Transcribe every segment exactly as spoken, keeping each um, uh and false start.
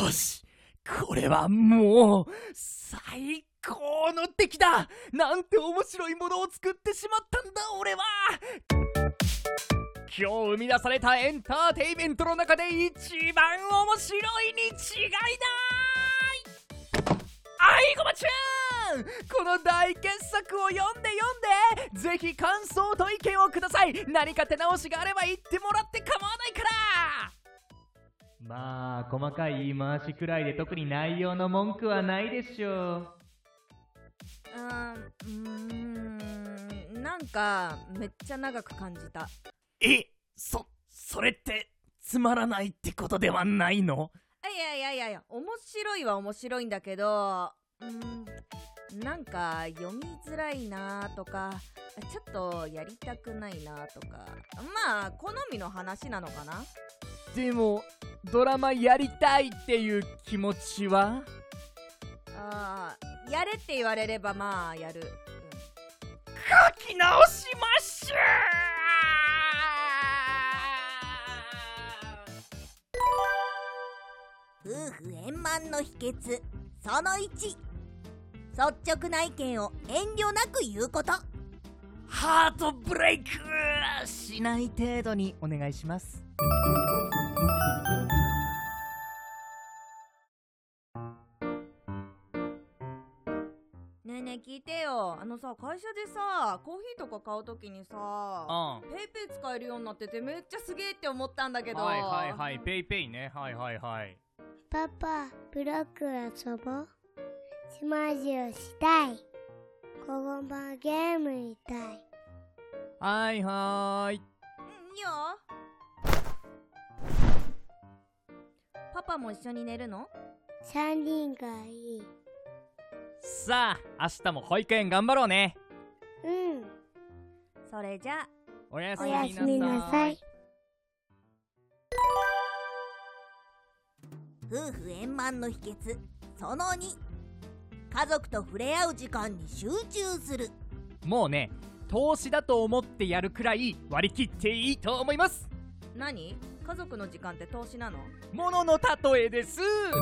よし、これはもう最高の出来だ。なんて面白いものを作ってしまったんだ俺は。今日生み出されたエンターテイメントの中で一番面白いに違いない。あいごまちゃん、この大傑作を読んで読んで、ぜひ感想と意見をください。何か手直しがあれば言ってもらって構わないから。 まあ細かい言い回しくらいで特に内容の文句はないでしょう。 うーん、うーんなんかめっちゃ長く感じた。 え、そ、それってつまらないってことではないの？ いやいやいやいや、面白いは面白いんだけど、うーんなんか読みづらいなとか、ちょっとやりたくないなとか、まあ好みの話なのかな。 でもドラマやりたいっていう気持ちは？ ああ、やれって言われればまあやる、うん、 書き直しましゅ夫婦円満の秘訣そのいち、率直な意見を遠慮なく言うこと。 ハートブレイクしない程度にお願いします。 ねえねえ聞いてよ。あのさ、会社でさコーヒーとか買うときにさ、 うん、 ペイペイ使えるようになっててめっちゃすげえって思ったんだけど。 はいはいはい、ペイペイね、はいはいはい。 パパ、ブロック遊ぼう。島中したい。ここもゲームみたい。 はいはーい。 うん、いいよ。パパも一緒に寝るの？ 三人がいい。 さあ、明日も保育園頑張ろうね。 うん。 それじゃあおやすおみなさい。 やすみなさい。 夫婦円満の秘訣そのに、家族と触れ合う時間に集中する。 もうね、投資だと思ってやるくらい割り切っていいと思います。 何？家族の時間って投資なの？ ものの例えです。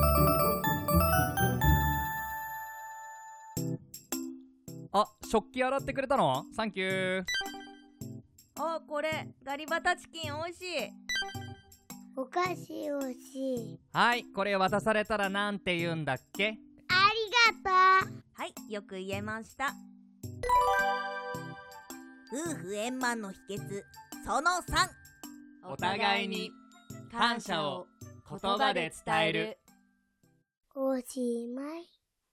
あ、食器洗ってくれたの？サンキュー。 あ、これガリバタチキンおいしい。 お菓子欲しい。 はい、これ渡されたらなんて言うんだっけ？ ありがとう。 はい、よく言えました。 夫婦円満の秘訣そのさん、 お互いに感謝を言葉で伝える。 おしまい。